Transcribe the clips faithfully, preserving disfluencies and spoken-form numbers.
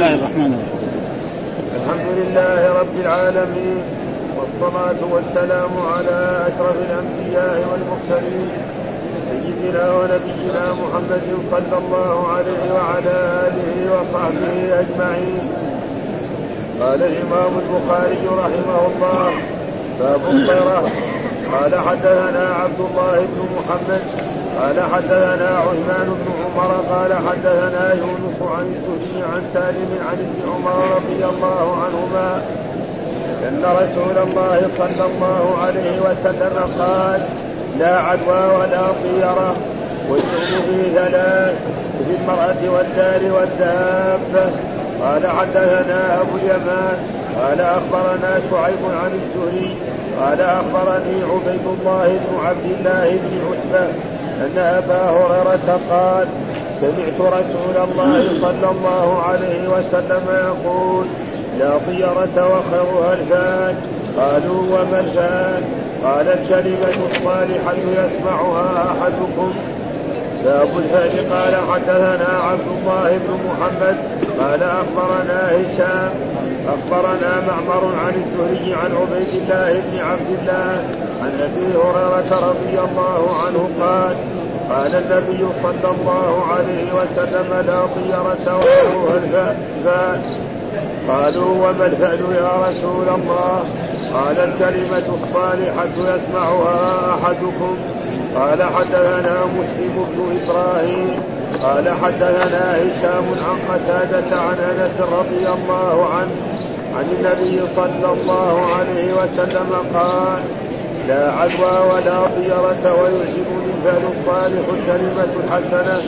الله الرحمن الرحيم. الحمد لله رب العالمين، والصلاة والسلام على أشرف الأنبياء والمرسلين سيدنا ونبينا محمد صلى الله عليه وعلى آله وصحبه أجمعين. قال الإمام البخاري رحمه الله: باب الطيرة. قال حدثنا عبد الله بن محمد قال حدثنا عثمان بن عمر قال حدثنا يونس عن الزهري عن سالم عن ابن عمر رضي الله عنهما أن رسول الله صلى الله عليه وسلم قال: لا عدوى ولا طيرة، والسهم في ثلاث، في المرأة والدار والدابة. قال حدثنا أبو اليمان قال أخبرنا شعيب عن الزهري قال أخبرني عبيد الله بن عبد الله بن عتبة أن أبا هريرة قال: سمعت رسول الله صلى الله عليه وسلم يقول: لا طيرة وخيرها الفان. قالوا: وما الفان؟ قال: الكلمة الصالحة يسمعها أحدكم. باب الفان. قال حدثنا عبد الله بن محمد قال أخبرنا هشام أخبرنا معمر عن الزهري عن عبيد الله بن عبد الله عن أبي هريرة رضي الله عنه قال: قال النبي صلى الله عليه وسلم: لا طيرة وخيرها الفأل. قالوا: وما الفأل يا رسول الله؟ قال: الكلمة الصالحة يسمعها أحدكم. قال حدثنا مسلم بن إبراهيم قال حدثنا هشام عن قتادة عن أنس رضي الله عنه عن النبي صلى الله عليه وسلم قال: لا عدوى ولا طيرة، ويعجبني الفعل الصالح الكلمة الحسنة.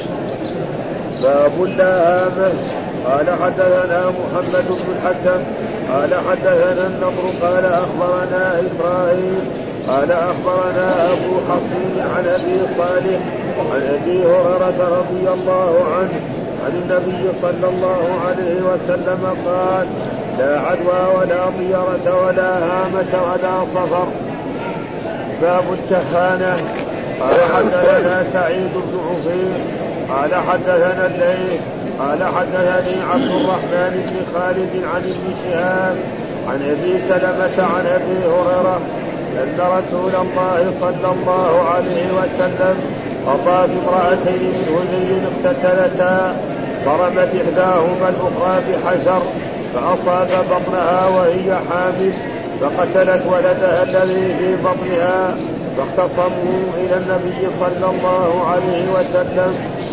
باب اللهامة. قال حدثنا محمد بن الحكم قال حدثنا النضر قال أخبرنا إبراهيم قال أخبرنا أبو حصين عن أبي صالح عن أبي هريرة رضي الله عنه عن النبي صلى الله عليه وسلم قال: لا عدوى ولا طيرة ولا هامة ولا صفر. باب الكهانة. قال حدثنا سعيد بن عفير قال حدثنا الليث قال حدثني عبد الرحمن بن خالد عن ابن شهاب عن أبي سلمة عن أبي هريرة أن رسول الله صلى الله عليه وسلم قضى بامرأتين من هذيل اقتتلتا، ضربت إحداهما الأخرى بحجر فأصاب بطنها وهي حامل، فقتلت ولدها الذي في بطنها، فاختصموا إلى النبي صلى الله عليه وسلم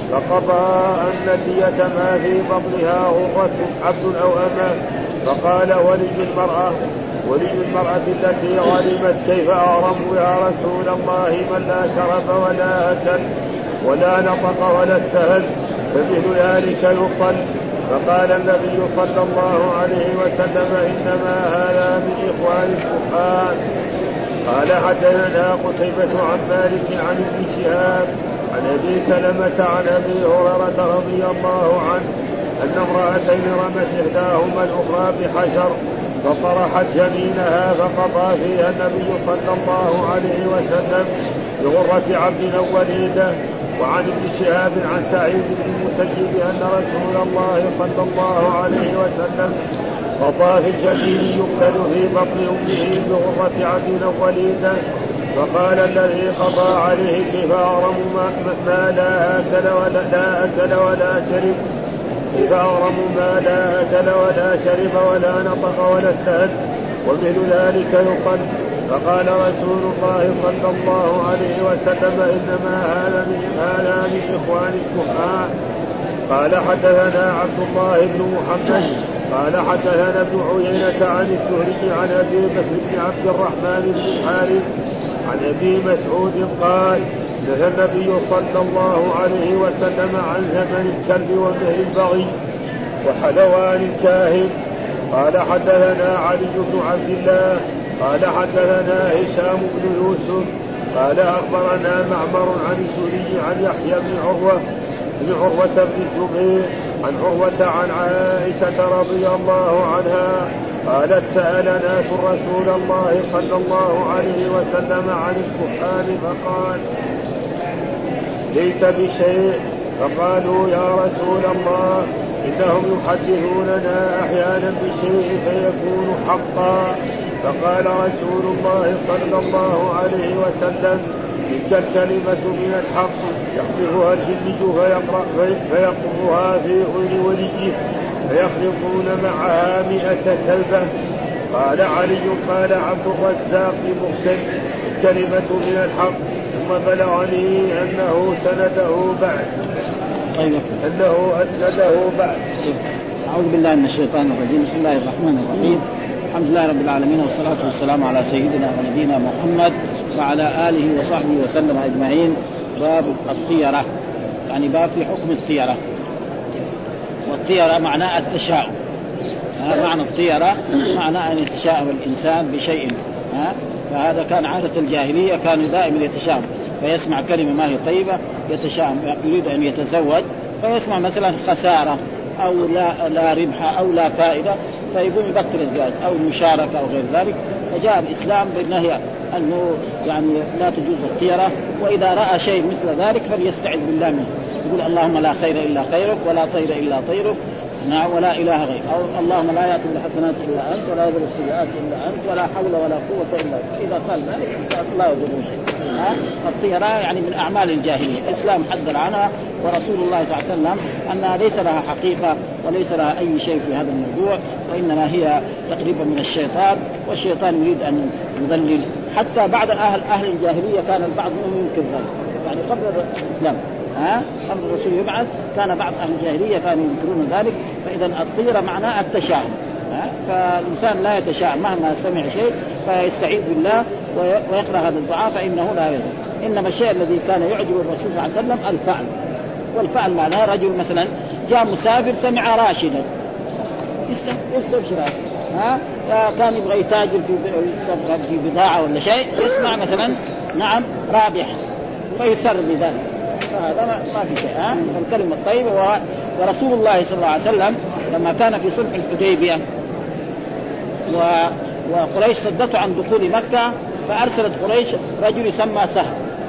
فقضى أن الدية ما في بطنها غرة عبد أو أمة. فقال ولي المرأة ولي المرأة التي غلبت: كيف أعرم يا رسول الله من لا شرف ولا أكل ولا نطق ولا استهل، فمثل ذلك يقتل. فقال النبي صلى الله عليه وسلم: إنما هذا من إخوان الكفار. قال حدثنا قتيبة عن مالك عن ابن شهاب عن أبي سلمة عن أبي هريرة رضي الله عنه أن امرأتين رمت إحداهما الأخرى بحجر فطرحت جنينها، فقضى فيها النبي صلى الله عليه وسلم بغرة عبد أو وليدة. وعن ابن شهاب عن سعيد بن المسيب أن رسول الله صلى الله عليه وسلم قضى في الجنين يقتل في بطن أمه بغرة عبد أو وليدة. فقال الذي قضى عليه: كيف أعرم ما لا أكل ولا, لا أكل ولا شرب كيف أعرم ما لا أكل ولا شرب ولا نطق ولا استهد، ومثل ذلك يقل. فقال رسول الله صلى الله عليه وسلم: إنما هذا من هذا من إخوان الكفار. قال حدثنا عبد الله بن محمد قال حدثنا ابن عيينة عن الزهري عن أبي بكر بن عبد الرحمن بن الحارث عن أبي مسعود قال: نهى النبي صلى الله عليه وسلم عن ثمن الكلب ومهر البغي وحلوان الكاهن. قال حدثنا علي بن عبد الله قال حدثنا هشام بن يوسف قال أخبرنا معمر عن الزهري عن يحيى بن عروة بن عروة بن الزبير عن عروة عن عائشة رضي الله عنها قالت: سأل ناس رسول الله صلى الله عليه وسلم عن الكهان فقال: ليس بشيء. فقالوا: يا رسول الله إنهم يحدثوننا أحيانا بشيء فيكون حقا. فقال رسول الله صلى الله عليه وسلم تلك الكلمة من الحق يحذفها الجن فيقرها في أذن وليه فيخلقون معها مئة كلبة. قال علي قال عبد الرزاق مرسل الكلمة من الحق. ثم بلغني أنه سنده بعد أنه أسنده بعد. أعوذ بالله من الشيطان الرجيم. بسم الله الرحمن الرحيم. الحمد لله رب العالمين والصلاة والسلام على سيدنا ونبينا محمد وعلى آله وصحبه وسلم أجمعين. باب الطيرة، يعني باب في حكم الطيرة. والطيرة معناه التشاؤم. معنى الطيرة معناه أن يتشاءم الإنسان بشيء. فهذا كان عادة الجاهلية، كانوا دائما يتشاؤم، فيسمع كلمة ما هي طيبة يتشاءم، يريد أن يتزوج فيسمع مثلا خسارة أو لا, لا ربح أو لا فائدة فيقوم يبطل الزواج أو المشاركة أو غير ذلك. فجاء الإسلام بالنهي أنه يعني لا تجوز الطيرة، وإذا رأى شيء مثل ذلك فليستعذ بالله منه، يقول اللهم لا خير إلا خيرك ولا طير إلا طيرك ولا إله غير، أو اللهم لا يأتي بالحسنات إلا أنت ولا يضر السيئات إلا أنت ولا حول ولا قوة إلا أنت. إذا قال ذلك لا يضر شيء. الطيرة يعني من أعمال الجاهلية، الإسلام حذر عنها ورسول الله صلى الله عليه وسلم أنها ليس لها حقيقة وليس لها أي شيء في هذا الموضوع، وإنما هي تقريبا من الشيطان، والشيطان يريد أن يضلل. حتى بعد أهل أهل الجاهلية كان البعض منهم ينكر ذلك، يعني قبل الإسلام ها قبل الرسول يبعث كان بعض أهل الجاهلية كانوا ينكرون ذلك. فإذا الطيرة معناه التشاؤم، فالإنسان لا يتشاءم مهما سمع شيء فيستعيذ بالله ويقرأ هذا الدعاء فإنه لا يضر. إنما الشيء الذي كان يعجب الرسول صلى الله عليه وسلم الفعل، والفعل معناه رجل مثلا جاء مسافر سمع راشدا يستبشر، ها كان يبغى يتاجر في في بضاعة ولا شيء يسمع مثلا نعم رابح فيسر بذلك، فهذا ما في شيء. ها الكلمة الطيبة. ورسول الله صلى الله عليه وسلم لما كان في صلح الحديبية وقريش صدته عن دخول مكة، فأرسلت قريش رجل يسمى سهل،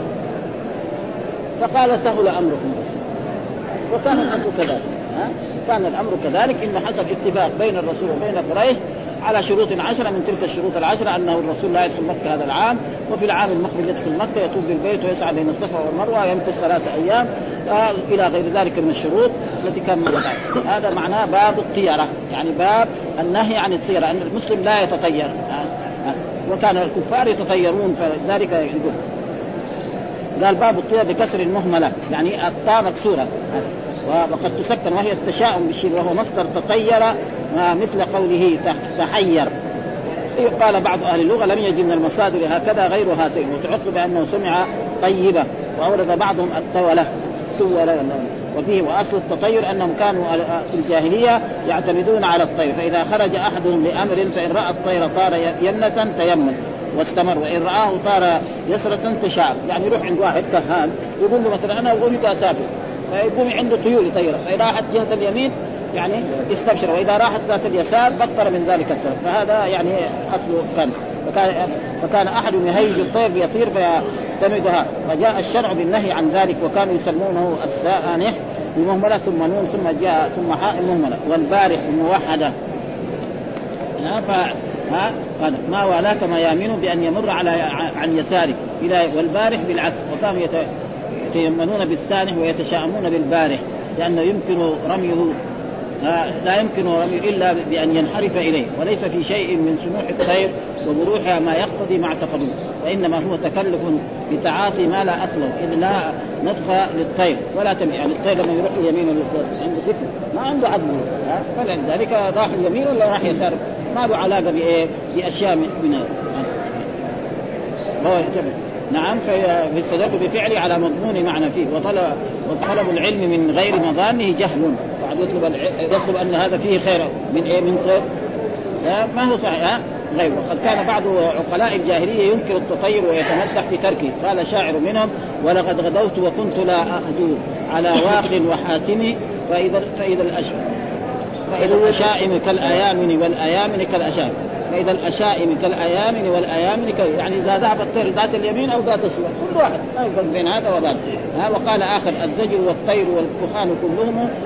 فقال سهل أمركم، وكان الأمر كذلك. كان الأمر كذلك إنه حصل اتفاق بين الرسول وبين قريش على شروط عشرة، من تلك الشروط العشرة أنه الرسول لا يدخل مكة هذا العام، وفي العام المقبل يدخل مكة يطوف بالبيت ويسعى بين الصفا والمروة ويمكث ثلاثة أيام إلى غير ذلك من الشروط التي كان موجودة. هذا معناه باب الطيرة، يعني باب النهي عن الطيرة، أن المسلم لا يتطير، وكان الكفار يتطيرون، فذلك يقول. قال باب الطيرة بكسر المهملة، يعني الطاء مكسورة وقد تسكن، وهي التشاؤم بالشيء، وهو مصدر تطير مثل قوله تحير. قال بعض أهل اللغة لم يجد من المصادر هكذا غير هاتين، وتعقب بأنه سمع طيبة، وأورد بعضهم التولة سورة. وفيه وأصل التطير أنهم كانوا في الجاهلية يعتمدون على الطير، فإذا خرج أحدهم لأمر فإن رأى الطير طار يمنة تيمن واستمر، وإن رآه طار يسرة تشاءم. يعني يروح عند واحد كهان يقول له مثلا أنا أقول لك أسافر، فيقوم عنده طيور طيرة، فإذا راحت جهة اليمين يعني استبشر، وإذا راحت ذات اليسار بطر من ذلك السبب. فهذا يعني أصله كان. فكان, فكان أحد يهيج الطير ليطير فيعتمدها، وجاء الشرع بالنهي عن ذلك، وكانوا يسمونه السانح بمهملة ثم نون ثم جاء ثم حاء المهملة، والبارح الموحدة. ها ما ولاك ما يامن بأن يمر على عن يساره إلى، والبارح بالعكس، وكانوا يتيمنون بالسانح ويتشاءمون بالبارح، لأنه يمكن رميه لا يمكن رميه إلا بأن ينحرف إليه، وليس في شيء من سموح الطير وبروحها ما يقتضي مع تقدم، وإنما هو تكلف بتعاطي ما لا أصله، إذ لا نطق للطير ولا تم. يعني الطير لما يروح اليمين ولا عنده فكر ما عنده عدل، فلذلك راح اليمين ولا راح يسار ما له علاقة بإيه بأشياء من هذا. هو نعم فيستدل بفعله على مضمون معنى فيه. وطلب وطلب العلم من غير مظانه جهل، بعد يطلب يطلب أن هذا فيه خير من إيه من خير ما هو صحيح غير. وقد كان بعض عقلاء الجاهلية ينكر التطير ويتمدح في تركه. قال شاعر منهم ولقد غدوت وكنت لا أخذ على واق وحاتم، فإذا فإذا الأشياء فإذا الأشائم كالأيامن والأيامن كالأشائم، فإذا الأشائم كالأيامن والأيامن كال... يعني إذا ذهب الطير ذات اليمين أو ذات الشمال كل واحد ما يفرق بين هذا وذاك. ها وقال آخر الزجر والطير والكهان كلهم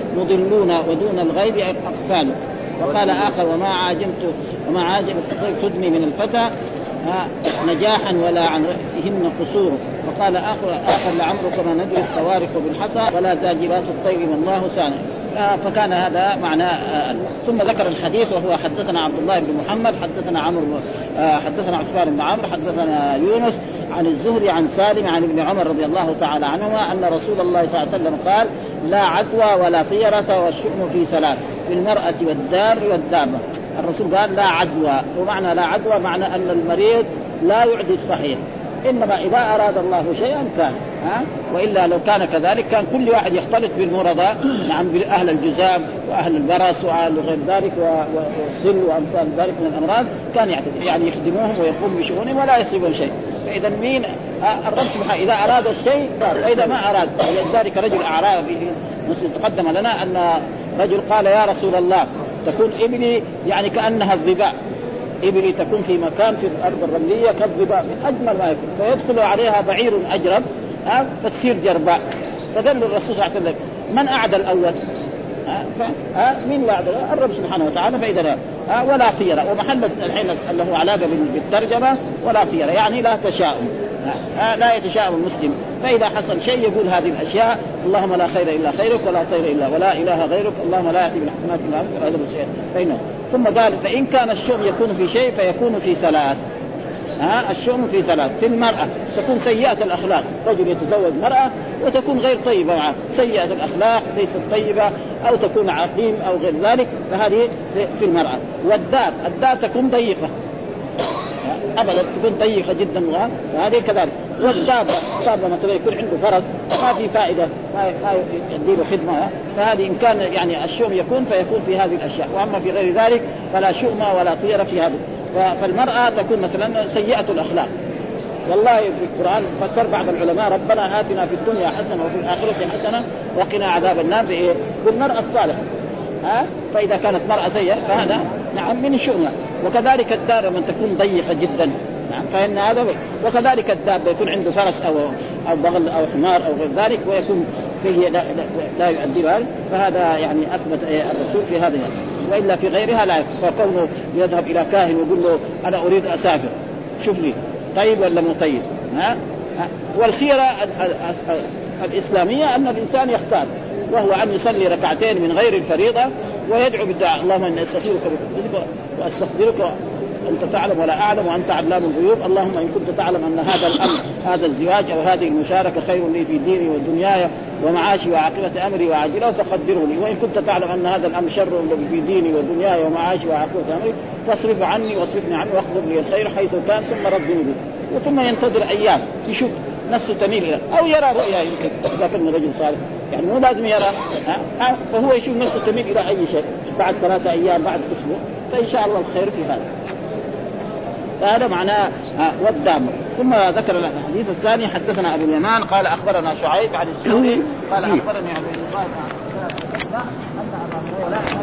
مضلون ودون الغيب أقفال. وقال آخر وما عاجبت وما عاجبت تدمي من الفتى نجاحا ولا عن رأيهن قصور. وقال آخر آخر لعمرك ما ندري الصوارف بالحصى ولا زاجرات الطير والله سانع. فكان هذا معناه. ثم ذكر الحديث وهو حدثنا عبد الله بن محمد حدثنا عمرو حدثنا عثمان بن عمرو حدثنا يونس عن الزهري عن سالم عن ابن عمر رضي الله تعالى عنهما أن رسول الله صلى الله عليه وسلم قال لا عدوى ولا طيرة والشؤم في ثلاث في المرأة والدار والدابة. الرسول قال لا عدوى، ومعنى لا عدوى معنى أن المريض لا يعدي الصحيح، إنما إذا أراد الله شيئا كان ها؟ وإلا لو كان كذلك كان كل واحد يختلط بالمرضى نعم بأهل الجزام وأهل البرص وأهل غير ذلك والسل وأمثال ذلك من الأمراض كان يعتدي يعني يخدموهم ويقوم بشؤونهم ولا يصيبهم شيء. فإذا مين الرب سبحانه إذا أراد الشيء وإذا ما أراد. ولذلك رجل أعرابي تقدم لنا أن رجل قال يا رسول الله تكون إبلي يعني كأنها الظباء، إبلي تكون في مكان في الأرض الرملية كالظباء من أجمل ما يكون، فيدخل عليها بعير أجرب أه؟ فتصير جرباء. فقال للرسول صلى الله عليه وسلم من أعدى الأول؟ أه؟ أه؟ مين أعدى؟ الرب سبحانه وتعالى. فإذا أه؟ ولا خيرة. ومحل الحين له علاقة بالترجمة ولا خيرة يعني لا تشاؤم أه؟ لا يتشاءم المسلم. فإذا حصل شيء يقول هذه الأشياء اللهم لا خير إلا خيرك ولا خير إلا ولا إله غيرك اللهم لا يأتي بالحسنات إلا أنت هذا الشيء فإنه. ثم قال فإن كان الشؤم يكون في شيء فيكون في ثلاث. ها الشؤم في ثلاث. في المرأة تكون سيئة الأخلاق، رجل يتزوج مرأة وتكون غير طيبة معه، سيئة الأخلاق ليست طيبة أو تكون عقيم أو غير ذلك، فهذه في المرأة. والدار الدار تكون ضيقة أبدا تكون ضيقة جدا وهذه كذلك. والدابة الدابة مثلا يكون عنده فرس ما في فائدة ما يديله خدمة، فهذه إن كان يعني الشؤم يكون فيكون في هذه الأشياء. وأما في غير ذلك فلا شؤم ولا طيرة في هذا. فالمرأة تكون مثلا سيئة الأخلاق. والله في القرآن فسر بعض العلماء ربنا آتنا في الدنيا حسنة وفي الآخرة حسنة وقنا عذاب النار بإيه؟ بالمرأة الصالحة. ها؟ فإذا كانت مرأة سيئة فهذا نعم من شؤمها. وكذلك الدار من تكون ضيقة جدا نعم فإن هذا. وكذلك الدابة يكون عنده فرس أو أو بغل أو حمار أو غير ذلك ويكون فيه لا, لا يؤدي ذلك، فهذا يعني أثبت الرسول في هذا. وإلا في غيرها لا. فكونه يذهب إلى كاهن ويقول له أنا أريد أسافر شوف لي طيب ولا مو طيب. ها؟ والخيرة الإسلامية أن الإنسان يختار، وهو أن يصلي ركعتين من غير الفريضة ويدعو بالدعاء اللهم إني أستغفرك بفضلك وأستغفرك أنت تعلم ولا أعلم وأنت علام الغيوب اللهم إن كنت تعلم أن هذا الأمر هذا الزواج أو هذه المشاركة خير لي في ديني ودنياي ومعاشي وعاقبة أمري وعاجله فقدره لي، وإن كنت تعلم أن هذا الأمر شر في ديني ودنياي ومعاشي وعاقبة أمري فاصرف عني واصرفني عنه واخذ لي الخير حيث كان ثم ردني به. وثم ينتظر أيام يشوف نفسه تميل إلى أو يرى رؤيا يمكن إذا كان رجل صالح يعني مو لازم يرى ها؟ فهو يشوف نفسه تميل إلى أي شيء بعد ثلاثة أيام بعد أسبوع فإن شاء الله الخير في هذا. فهذا معناه والدام. ثم ذكر الحديث الثاني حدثنا أبو اليمان قال أخبرنا شعيب عن الزهري قال أخبرني عبد الله أن أبا هريرة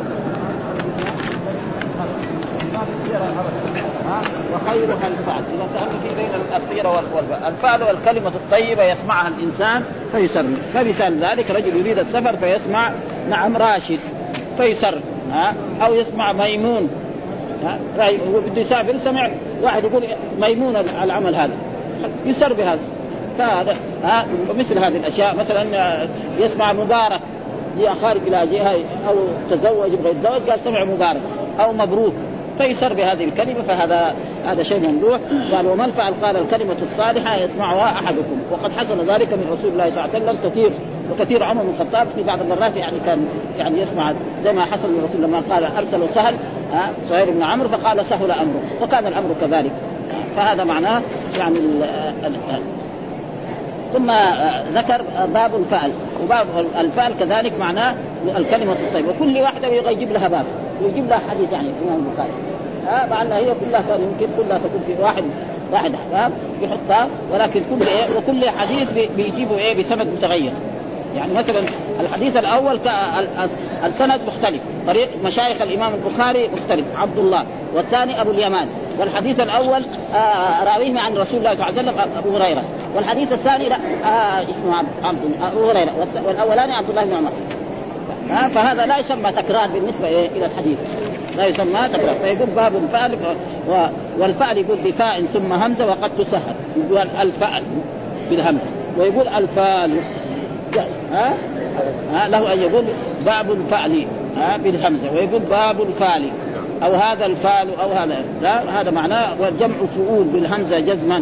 وخيرها الفعل. إذا سألت في بين الطيرة والفعل، الفعل والكلمة الطيبة يسمعها الإنسان فيسر. فمثال ذلك رجل يريد السفر فيسمع نعم راشد فيسر ها؟ أو يسمع ميمون ها؟ هو بده يسافر سمع واحد يقول ميمون على العمل هذا يسر بهذا. فهذا ها مثل هذه الأشياء. مثلا يسمع مبارك هي خارج إلى جهة أو تزوج بغير الزواج قال سمع مبارك أو مبروك فيسر بهذه الكلمة، فهذا هذا شيء ممدوح. قال ومن فعل قال الكلمة الصالحة يسمعها أحدكم. وقد حصل ذلك من رسول الله صلى الله عليه وسلم كثير، وكثير عمر بن الخطاب في بعض المرات يعني كان يعني يسمع زي ما حصل من رسول الله لما قال أرسل سهل ها سهيل بن عمرو فقال سهل أمره وكان الأمر كذلك. فهذا معناه يعني ال ال ثم ذكر باب الفعل. وباب الفعل كذلك معناه الكلمة الطيبة، وكل واحدة يجيب لها باب ويجيب لها حديث يعني الإمام البخاري ها مع أنها هي كلها يمكن كلها تكون في واحد واحد باب يحطها، ولكن كل إيه وكل حديث بيجيبوا إيه بسند متغير. يعني مثلا الحديث الأول السند مختلف، طريق مشايخ الإمام البخاري مختلف عبد الله، والثاني أبو اليمان، والحديث الأول راويه عن رسول الله صلى الله عليه وسلم أبو هريرة، والحديث الثاني لا اسمه عبد أبو هريرة، والأولاني عبد الله بن عمر. ها فهذا لا يسمى تكرار بالنسبة إلى الحديث، لا يسمى تكرار. فيقول باب الفعل، والفعل يقول بفاء ثم همزة وقد تسهل، يقول الفعل بالهمزة، ويقول الفعل ها ها له أن يقول باب الفعل ها بالهمزة، ويقول باب الفعل أو هذا الفعل أو هذا، لا هذا معناه. والجمع فؤول بالهمزة جزما.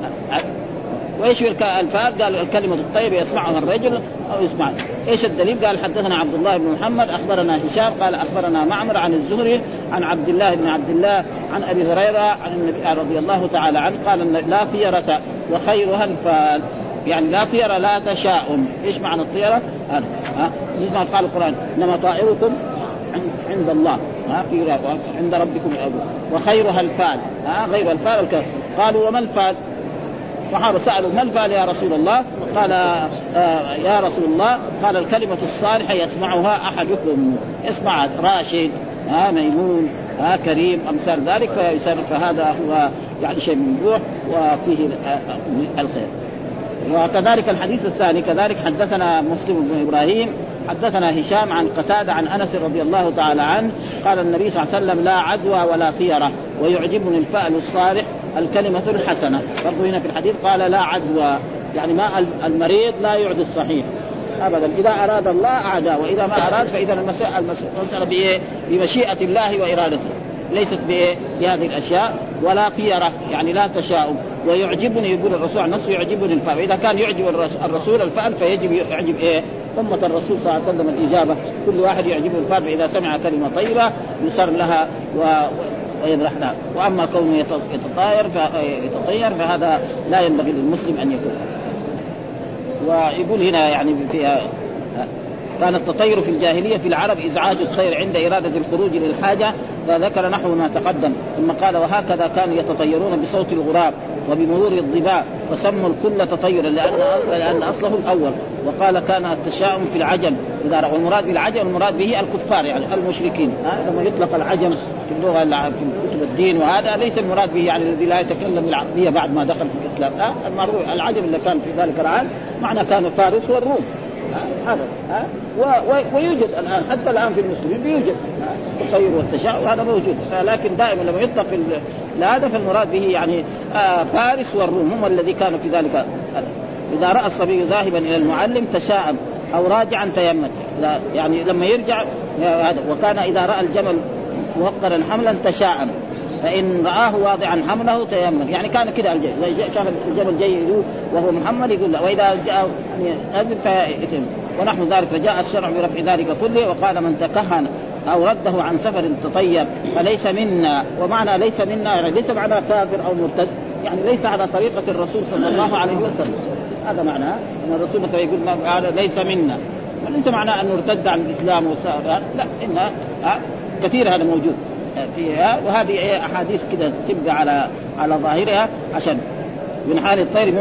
وإيش الفعل؟ قال الكلمة الطيبة يسمعها الرجل أو يسمع. إيش الدليل؟ قال حدثنا عبد الله بن محمد أخبرنا هشام قال أخبرنا معمر عن الزهري عن عبد الله بن عبد الله عن أبي هريرة عن النبي رضي الله تعالى عنه قال لا طيرة وخيرها الفعل، يعني لا طيرة لا تشاؤم. إيش معنى الطيرة؟ ها ها مثل ما قال القرآن إنما طائركم عند الله ها في عند ربكم أبو وخيرها الفعل ها غير الفعل. قالوا وما الفعل؟ الصحابة سألوا ما الفعل يا رسول الله؟ قال آه يا رسول الله قال الكلمة الصالحة يسمعها أحدكم، يسمع راشد ها ميمون ها كريم أمثال ذلك فيسر، فهذا هو يعني شيء ممدوح وفيه الخير. وكذلك الحديث الثاني كذلك حدثنا مسلم بن إبراهيم حدثنا هشام عن قتادة عن أنس رضي الله تعالى عنه قال النبي صلى الله عليه وسلم لا عدوى ولا طيرة ويعجبني الفعل الصالح الكلمة الحسنة. برضو هنا في الحديث قال لا عدوى، يعني ما المريض لا يعدي الصحيح أبدا، إذا أراد الله أعدى، وإذا ما أراد فإذا المسألة بمشيئة الله وإرادته، ليست بهذه الأشياء. ولا طيرة يعني لا تشاؤم. ويعجبني يقول الرسول عن نفسه يعجبني الفعل، وإذا كان يعجب الرسول الفعل فيجب يعجب إيه أمة الرسول صلى الله عليه وسلم الإجابة. كل واحد يعجبه الفعل، فإذا سمع كلمة طيبة يسر لها و ويدرح لها. وأما كونه يتطاير يتطير فهذا لا ينبغي للمسلم أن يكون. ويقول هنا يعني فيها كان التطير في الجاهلية في العرب إزعاج الطير عند إرادة الخروج للحاجة، فذكر نحو ما تقدم. ثم قال وهكذا كانوا يتطيرون بصوت الغراب وبمرور الضباء، فسموا الكل تطيرا لأن لأن أصله الأول. وقال كان التشاؤم في العجم إذا رأوا، المراد بالعجم المراد به الكفار يعني المشركين. لما يطلق العجم في اللغة في كتب الدين وهذا ليس المراد به يعني الذي لا يتكلم العربية بعد ما دخل في الإسلام، لا العجم اللي كان في ذلك العام معنى كان فارس والروم هذا ها ويوجد الآن حتى الآن في المسلمين بيوجد التطير والتشاؤم هذا موجود، لكن دائما لما يطلق هذا فالمراد به يعني فارس والروم هم الذي كانوا في ذلك. إذا رأى الصبي ذاهبا إلى المعلم تشاءم أو راجعا تيمم، يعني لما يرجع هذا. وكان إذا رأى الجمل موقرا حملا تشاءم، فإن رآه واضعا حمله تيمم، يعني كان كده الجمل شاف الجمل جاي وهو محمل يقول لا، وإذا جاء يعني فيتم. ونحن ذلك فجاء الشرع برفع ذلك كله. وقال من تكهن أو رده عن سفر تطيب فليس منا. ومعنى ليس منا يعني ليس معنى كافر أو مرتد، يعني ليس على طريقة الرسول صلى الله عليه وسلم. هذا معناه أن الرسول مثلا يقول هذا ليس منا، وليس معناه أنه ارتد عن الإسلام والسابق، لا، إن كثير هذا موجود فيها. وهذه أحاديث كده تبقى على على ظاهرها عشان من حال الطير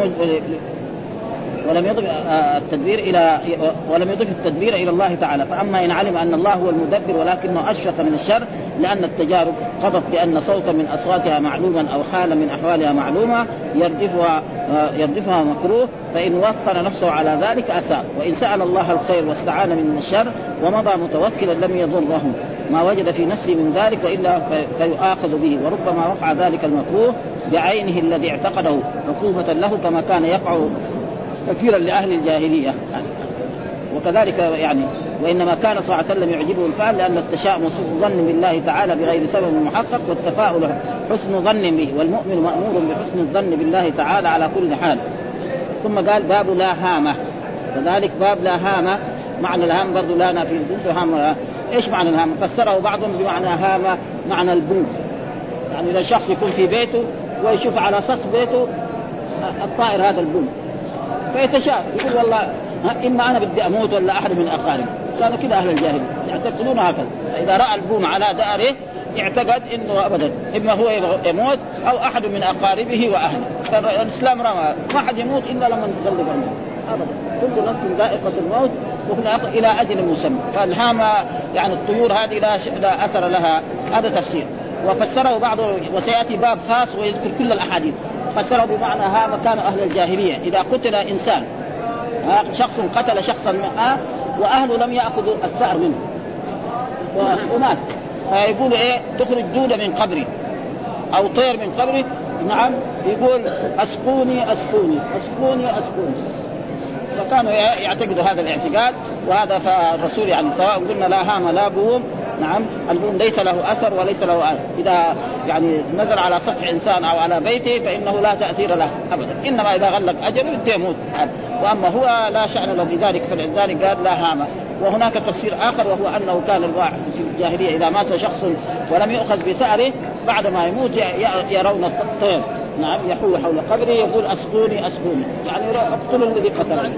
ولم يضف التدبير إلى ولم يضف التدبير إلى الله تعالى. فأما إن علم أن الله هو المدبر ولكنه أشفق من الشر، لأن التجارب قضت بأن صوتا من أصواتها معلوما أو حالا من أحوالها معلومة يردفها يردفها مكروه، فإن وطن نفسه على ذلك أساء. وإن سأل الله الخير واستعان من الشر ومضى متوكلا لم يضره ما وجد في نفسه من ذلك، وإلا فيؤاخذ به. وربما وقع ذلك المكروه بعينه الذي اعتقده عقوبة له، كما كان يقع كثيرا لأهل الجاهلية. وكذلك يعني وإنما كان صلى الله عليه وسلم يعجبه الفعل لأن التشاؤم سوء ظن بالله تعالى بغير سبب محقق، والتفاؤل حسن ظن به، والمؤمن مأمور بحسن الظن بالله تعالى على كل حال. ثم قال باب لا هامة، وذلك باب لا هامة معنى الهام برضو لا نافي الجنس هامة. إيش معنى الهامة؟ فسره بعضهم بمعنى هامة معنى البوم، يعني إذا الشخص يكون في بيته ويشوف على سطح بيته الطائر هذا البوم فيتشاءم يقول والله إما أنا بدي أموت ولا أحد من أقاربي. كانوا كده أهل الجاهلية يعتقدون هكذا، إذا رأى البوم على داره يعتقد إنه أبدا إما هو يموت أو أحد من أقاربه وأهله. فالإسلام رمى ما حد يموت إلا لما تغلب عنه أبدا، كل نفس ذائقة الموت وكنا إلى أجل مسمى. فالهامة يعني الطيور هذه لا, لا أثر لها، هذا تفسير. وفسره بعض وسيأتي باب خاص ويذكر كل الأحاديث. فسره بمعنى هامة كان أهل الجاهلية إذا قتل إنسان شخص قتل شخصا واهله لم ياخذوا الثأر منه ومات، فيقول ايه تخرج دودة من قبري او طير من قبري، نعم يقول اسقوني اسقوني اسقوني اسقوني. فكانوا يعتقدوا هذا الاعتقاد، وهذا فالرسول يعني سواء قلنا لا هام لا بوم، نعم البوم ليس له اثر وليس له أثر. اذا يعني نزل على سطح انسان او على بيته فانه لا تاثير له ابدا، انما اذا غلق اجله يموت. واما هو لا شأن له بذلك، فلذلك قال لا هام. وهناك تفسير آخر وهو أنه كان الواحد في الجاهلية إذا مات شخص ولم يؤخذ بثأره بعد ما يموت يرون الطير، نعم يحول حول قبره يقول أسقوني أسقوني، يعني اقتلوا الذي قتلني.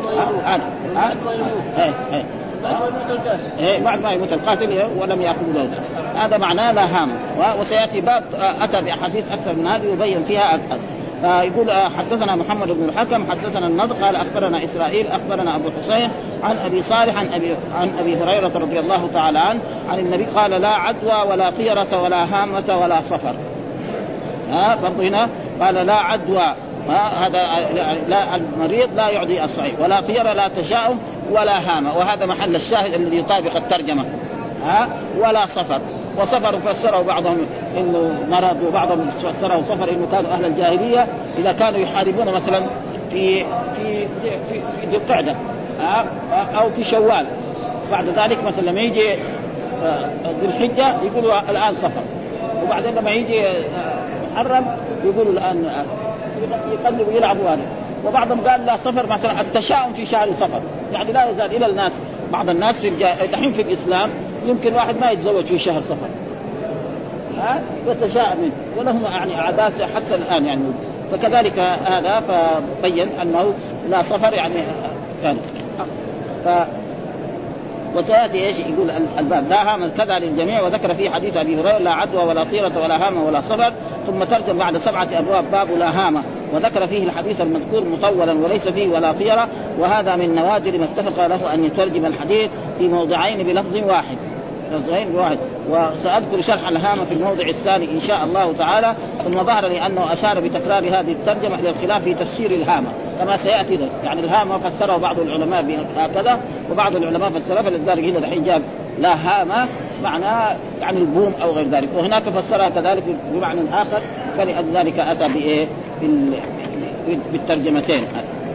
إيه بعد ما يموت القاتل ولم يأخذ له، هذا معناه لا هام. وسيأتي باب أتى بأحاديث أكثر من هذه يبين فيها أكثر. يقول حدثنا محمد بن الحكم حدثنا النضر قال أخبرنا إسرائيل أخبرنا أبو حسين عن أبي صالح عن أبي, عن أبي هريرة رضي الله تعالى عنه عن النبي قال لا عدوى ولا طيرة ولا هامة ولا صفر. ها برضو هنا قال لا عدوى، هذا لا المريض لا يعدي الصحيح، ولا طيرة لا تشاؤم ولا هامة، وهذا محل الشاهد الذي يطابق الترجمة. ها ولا صفر، وصفر فسره بعضهم انه مرض وبعضهم فسره صفر انه كانوا اهل الجاهليه اذا كانوا يحاربون مثلا في في في في ذي القعده او في شوال، بعد ذلك مثلا لما يجي ذي الحجه يقولوا الان صفر، وبعدين لما يجي محرم يقولوا الان يقلبوا يلعبوا هذا. وبعضهم قال لا صفر مثلا التشاؤم في شهر صفر، يعني لا يزال الى الناس بعض الناس في الحين في الاسلام يمكن واحد ما يتزوج في شهر صفر، ها يتشاءم منه، ولهم يعني عادات حتى الآن يعني. فكذلك هذا فبين أنه لا صفر يعني كان ف وسيأتي ايش يقول الباب لا هام كذا للجميع، وذكر فيه حديث ابي هريره لا عدوى ولا طيرة ولا هامة ولا صفر، ثم ترجم بعد سبعة ابواب باب لا هامة، وذكر فيه الحديث المذكور مطولا وليس فيه ولا طيرة، وهذا من نوادر ما اتفق له ان يترجم الحديث في موضعين بلفظ واحد لفظين واحد. وسأذكر شرح الهامة في الموضع الثاني إن شاء الله تعالى. ثم ظهر لي أنه أشار بتكرار هذه الترجمة إلى الخلاف في تفسير الهامة كما سيأتي ذلك. يعني الهامة فسره بعض العلماء هكذا وبعض العلماء فسره، فلذلك هنا الحين جاب لا هامة معناه يعني البوم أو غير ذلك، وهناك فسرها كذلك بمعنى آخر، فلذلك أتى بإيه بالترجمتين.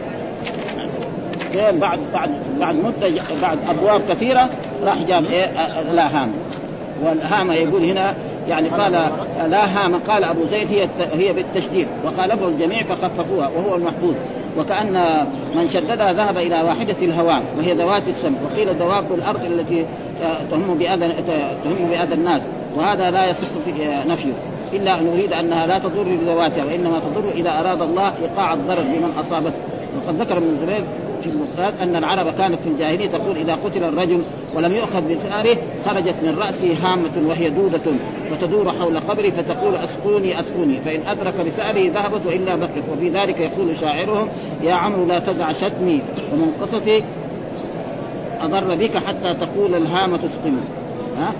بعد بعد بعد مدة بعد أبواب كثيرة راح جاب إيه لا هامة. والهامة يقول هنا يعني قال لا هامة قال أبو زيد هي هي بالتشديد، وقالبه الجميع فخففوها وهو المحفوظ، وكأن من شددها ذهب إلى واحدة الهوام وهي ذوات السم، وقيل دواب الأرض التي تهم بأذى تهم بأذى الناس، وهذا لا يصح في نفيه إلا أن يريد أنها لا تضر بذواتها، وإنما تضر إذا أراد الله إيقاع الضرر بمن أصابته. وقد ذكر ابن جرير في المفرد أن العرب كانت في الجاهلية تقول إذا قتل الرجل ولم يؤخذ بثأره خرجت من رأسه هامة وهي دودة فتدور حول قبره فتقول أسقوني أسقوني، فإن أدرك بثأره ذهبت وإلا بقت. وفي ذلك يقول شاعرهم يا عمرو لا تدع شتمي ومنقصتي أضر بك حتى تقول الهامة اسقني. ها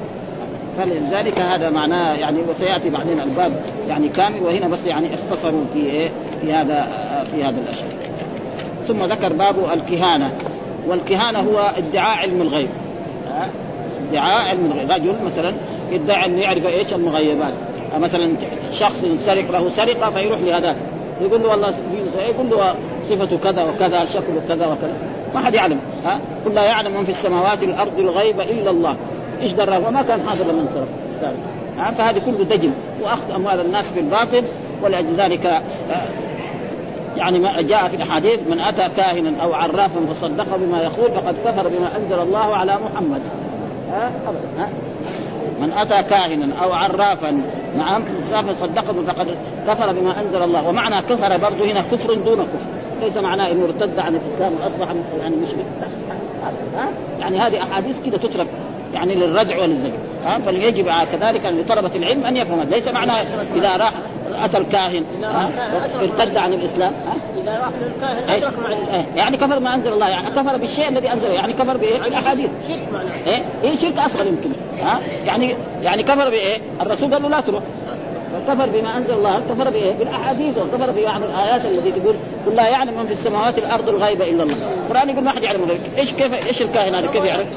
فلذلك هذا معناه يعني، وسيأتي بعدين الباب يعني كامل، وهنا بس يعني اختصروا في إيه في هذا في هذا الأشياء. ثم ذكر باب الكهانة، والكهانة هو ادعاء علم الغيب. ادعاء علم الغيب، رجل مثلا يدعي أن يعرف إيش المغيبات، مثلا شخص سرق له سرقة فيروح لهذا يقول له والله يقول له صفته كذا وكذا شكله كذا وكذا، ما حد يعلم. ها قل لا يعلم من في السماوات والأرض الغيب إلا الله، إيش دره وما كان حاضر لمن سرق. ها فهذا كله دجل وأخذ أموال الناس بالباطل، ولأجل ذلك يعني ما جاء في الحديث من أتى كاهنا أو عرافا فصدق بما يقول فقد كفر بما أنزل الله على محمد. ها ها من أتى كاهنا أو عرافا نعم فصدق فقد كفر بما أنزل الله. ومعنى كفر برضو هنا كفر دون كفر، ليس معناه إنه ارتد عن الإسلام وأصبح يعني مشرك. ها يعني هذه أحاديث كده تترك يعني للردع وللزجر. ها فليجب كذلك أن لطلبة العلم أن يفهم، ليس معناه إذا راح أتى الكاهن ارتد عن الإسلام. إذا راح للكاهن أشرك مع الإسلام يعني كفر ما أنزل الله، يعني كفر بالشيء الذي أنزله، يعني كفر بإيه الأحاديث شرك معناه إيه إيه شرك أصغر يمكن. ها يعني يعني كفر بإيه الرسول قال له لا تروح فكفر بما أنزل الله، كفر بإيه؟ بالأحاديث، وكفر ببعض الآيات التي تقول قل لا يعلم من في السماوات الأرض الغيب إلا الله. القرآن يقول ما حد يعلم الغيب. إيش كيف إيش الكاهن هذا كيف يعرف؟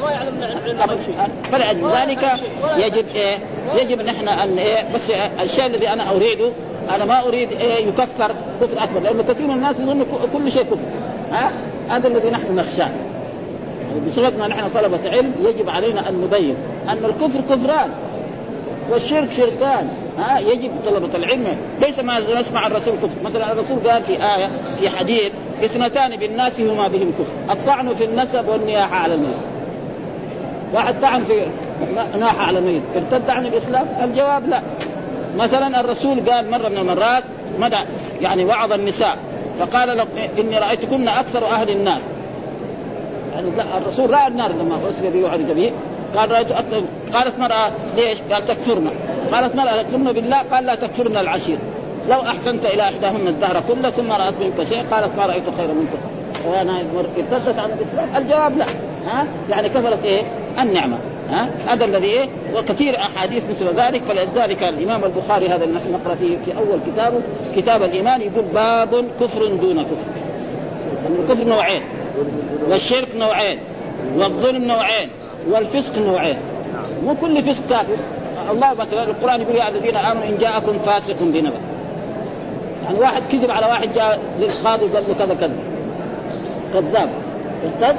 فلأجل ذلك يجب إيه؟ يجب نحن أن إيه؟ بس الشيء الذي أنا أريده، أنا ما أريد إيه يكفر كفر أكبر، لأن كثير من الناس يظن كل شيء كفر. ها؟ هذا الذي نحن نخشاه. بصفتنا نحن طلبة علم يجب علينا أن نبين أن الكفر كفران والشرك شركان. ها يجب طلبة العلم ليس ما نسمع الرسول كفر. مثلا الرسول قال في آية في حديث اثنتان بالناس هما بهم كفر، الطعن في النسب والنياحة على الميت. واحد طعن في ناحة على الميت ارتد عن الإسلام؟ الجواب لا. مثلا الرسول قال مرة من المرات مدى يعني وعظ النساء فقال لك إني رأيتكن أكثر أهل النار. يعني الرسول رأى النار لما أسر به وعرج به، قال رأيت أكثر. قالت مرأة ليش؟ قال تكفرنا. قالت مرأة تكفرنا بالله؟ قال لا تكفرنا العشير. لو أحسنت إلى إحداهن الدهر كله ثم رأت منك شيء قالت ما رأيت خيرا منك وأنا ارتدت عن الإسلام؟ الجواب لا. ها يعني كفرت إيه؟ النعمة. ها هذا الذي إيه؟ وكثير أحاديث مثل ذلك. فلذلك الإمام البخاري هذا اللي نقرأ فيه في أول كتابه كتاب الإيمان يقول باب كفر دون كفر. الكفر نوعين، والشرك نوعين، والظلم نوعين، والفسق نوعين. مو كل فسق كافر. الله مثلا القرآن يقول يا الذين آمنوا إن جاءكم فاسق بنبأ. يعني واحد كذب على واحد جاء للقاضي وقال له كذا كذا كذاب ارتد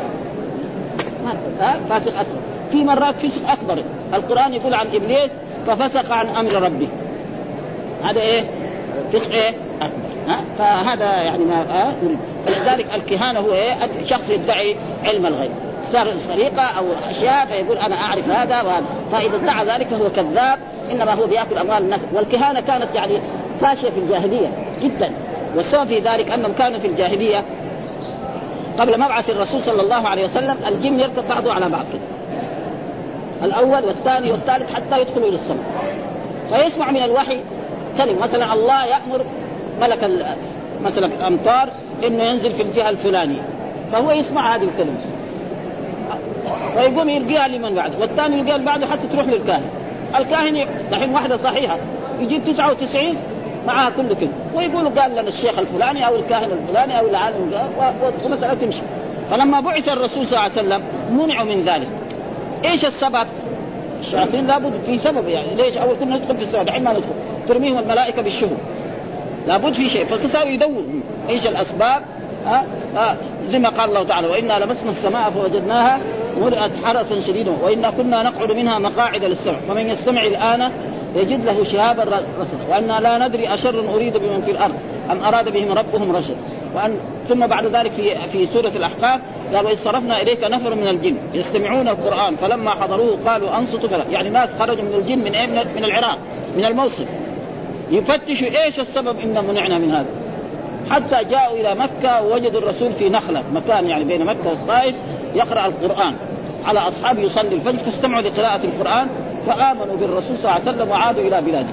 ما فاسق أصلا. في مرات فسق أكبر. القرآن يقول عن إبليس ففسق عن أمر ربه. هذا إيه؟ فسق إيه؟ أكبر. ها؟ فهذا يعني ما آه نريد. لذلك الكهانة هو إيه؟ شخص يدعي علم الغيب، صار سرقة أو أشياء فيقول أنا أعرف هذا وهذا، فإذا ادعى ذلك فهو كذاب، إنما هو بيأكل أموال الناس. والكهانة كانت يعني فاشية في الجاهلية جدا، والسبب في ذلك أنهم كانوا في الجاهلية قبل مبعث الرسول صلى الله عليه وسلم الجن يركب بعضه على بعض كده، الأول والثاني والثالث حتى يدخلوا إلى السماء، فيسمع من الوحي كلمة. مثلا الله يأمر ملك مثلا الأمطار إنه ينزل في الجهة الفلانية، فهو يسمع هذه الكلمة ويقوم يلقيها لمن بعده، والثاني يلقيها بعده حتى تروح للكاهن. الكاهن دحين واحدة صحيحة يجيب تسعة وتسعين معها كل كلمة ويقولوا قال لنا الشيخ الفلاني أو الكاهن الفلاني أو العالم ومسألة تمشي. فلما بعث الرسول صلى الله عليه وسلم منعوا من ذلك. إيش السبب؟ الشياطين لابد في سبب. يعني ليش أول كنا ندخل في السبب الحين ما ندخل ترميهم الملائكة بالشهور، لابد في شيء. فكسروا يدوروا إيش الأسباب. ها ها زي ما قال الله تعالى وإنا لمسنا السماء فوجدناها ملئت حرسا شديدا وإنا كنا نقعد منها مقاعد للسمع فمن يستمع الآن يجد له شهابا رصدا وأنا لا ندري أشر أريد بمن في الأرض أم أراد بهم ربهم رشدا. وأن ثم بعد ذلك في في سورة الأحقاف قال وإذ صرفنا إليك نفر من الجن يستمعون القرآن فلما حضروه قالوا أنصتوا. يعني ناس خرجوا من الجن من إيه؟ من العراق من الموصل يفتشوا إيش السبب إن منعنا من هذا، حتى جاءوا إلى مكة ووجدوا الرسول في نخلة مكان يعني بين مكة والطائف يقرأ القرآن على أصحابه يصلي الفجر، فاستمعوا لقراءة القرآن فآمنوا بالرسول صلى الله عليه وسلم وعادوا إلى بلاده.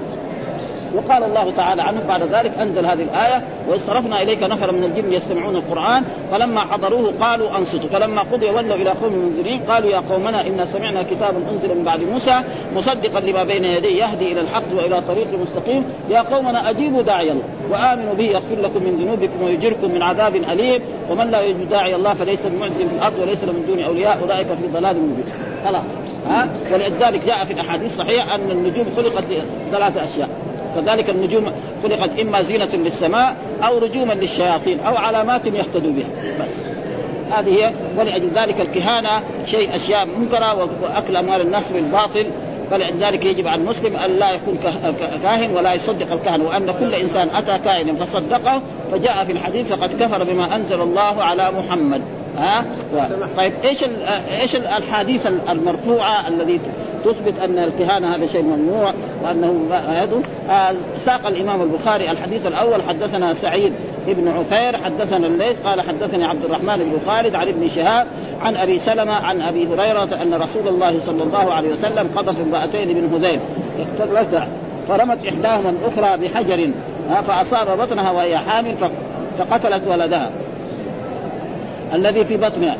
وقال الله تعالى عنه بعد ذلك أنزل هذه الآية وإذ صرفنا إليك نفر من الجن يستمعون القرآن فلما حضروه قالوا أنصتوا فلما قضي ولوا إلى قوم منذرين قالوا يا قومنا إنا سمعنا كتابا أنزل من بعد موسى مصدقا لما بين يديه يهدي إلى الحق وإلى طريق مستقيم يا قومنا أجيبوا داعي الله وآمنوا به يغفر لكم من ذنوبكم ويجركم من عذاب أليم ومن لا يجب داعي الله فليس بمعجز في الأرض وليس له من دون أولياء أولئك في ضلال مبين. خلاص. ها ولذلك جاء في الأحاديث الصحيحة أن النجوم خلقت ثلاثة أشياء. كذلك النجوم خلقت إما زينة للسماء أو رجوما للشياطين أو علامات يهتدوا بها بس. هذه هي. ولأجل ذلك الكهانة شيء أشياء منكرة وأكل أموال الناس بالباطل. فلذلك يجب على المسلم أن لا يكون كاهن ولا يصدق الكهن، وأن كل إنسان أتى كاهن فصدقه فجاء في الحديث فقد كفر بما أنزل الله على محمد. ها و... طيب إيش ال... إيش الحديث المرفوعة الذي تثبت أن الكهانة هذا شيء ممنوع وأنه يدعو؟ آه ساق الإمام البخاري الحديث الأول حدثنا سعيد ابن عفير حدثنا الليث قال حدثني عبد الرحمن بن خالد عن ابن شهاب عن أبي سلمة عن أبي هريرة أن رسول الله صلى الله عليه وسلم قذف امرأتين من هذيل اختلتا فرمت إحداهما الأخرى بحجر فأصاب بطنها وهي حامل فقتلت ولدها الذي في بطنها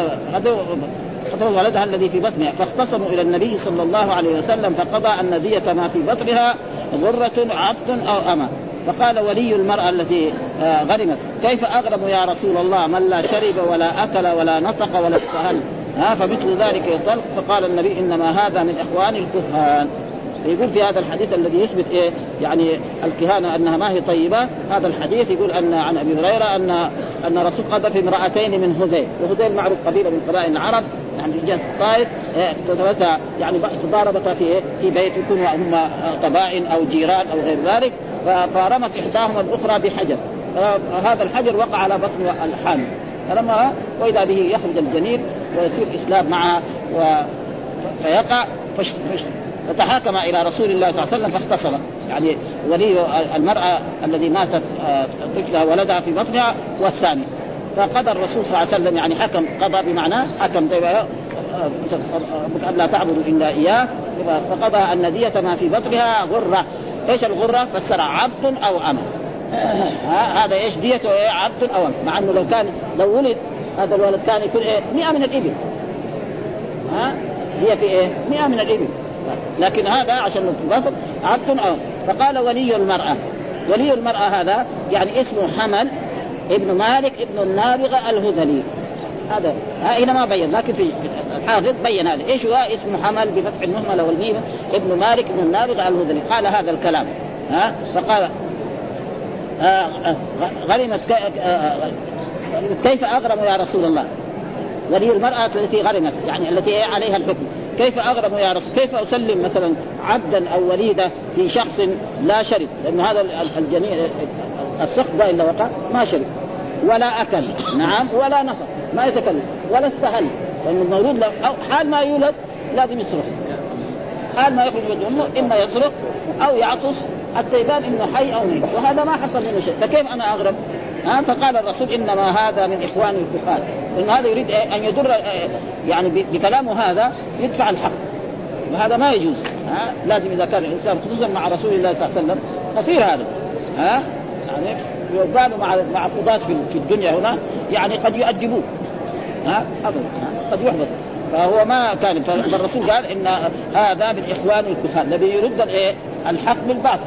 قتل ولدها الذي في بطنها فاختصموا إلى النبي صلى الله عليه وسلم فقضى أن دية ما في بطنها غرة عبد أو أمة. فقال ولي المرأة التي غرمت كيف أغرم يا رسول الله من لا شرب ولا أكل ولا نطق ولا استهل ها فمثل ذلك يطلق. فقال النبي إنما هذا من إخوان الكهان. يقول في هذا الحديث الذي يثبت إيه يعني الكهانة أنها ما هي طيبة. هذا الحديث يقول أن عن أبي هريرة أن أن الرسول قذف امرأتين من هذيل، وهذيل معروف قبيلة من قبائل العرب يعني في جهة الطائف تتلتها يعني تضاربتا في في بيت يكون هم طبائن أو جيران أو غير ذلك، فرمت إحداهما الأخرى بحجر، هذا الحجر وقع على بطن الحامل فلما وإذا به يخرج الجنين ويصير إسلام معه فيقع فش فش فتحاكم إلى رسول الله صلى الله عليه وسلم فاختصم يعني ولي المرأة الذي ماتت طفلها ولدها في بطنها والثاني. فقضى الرسول صلى الله عليه وسلم يعني حكم قضى بمعنى حكم لا تعبدوا إلا إياه. فقضى أن دية ما في بطنها غرة. إيش الغرة؟ فسر عبد أو أمة. هذا إيش ديته إيه؟ عبد أو أمة. مع أنه لو كان لو ولد هذا الولد كان يكون إيه مئة من الإبل، ها هي في إيه مئة من الإبل، لكن هذا عشان نتقاطب عبد أو. فقال ولي المرأة، ولي المرأة هذا يعني اسمه حمل ابن مالك ابن النابغة الهذلي. هذا هنا ما بين، لكن في الحافظ بين هذا ايش هو اسمه حمل بفتح المهملة والميم ابن مالك ابن النابغة الهذلي. قال هذا الكلام ها فقال غرمت كيف أغرم يا رسول الله. ولي المرأة التي غرمت يعني التي عليها الحكم كيف أغرم يا رسول، كيف أسلم مثلا عبدا أو وليدة في شخص لا شرب، لأن هذا الجنين السقط ده إلا وقع ما شرب ولا أكل نعم ولا نفق ما يتكلم ولا استهل، لأن المولود لو أو حال ما يولد لازم يصرخ، حال ما يخرج من أمه إما يصرخ أو يعطس حتى يبان إنه حي أو ميت، وهذا ما حصل منه شيء، فكيف أنا أغرم؟ ها فقال الرسول إنما هذا من إخوان الكفار، إن هذا يريد أن يدر يعني بكلامه هذا يدفع الحق، وهذا ما يجوز. ها لازم إذا كان الإنسان خصوصا مع رسول الله صلى الله عليه وسلم خطير هذا، ها يعني يقال مع مع القضاة في الدنيا هنا يعني قد يؤدبوه، ها أبدا قد يحبط، فهو ما كان. فالرسول قال إن هذا من إخوان الكفار الذي يرد الإيه الحق بالباطل،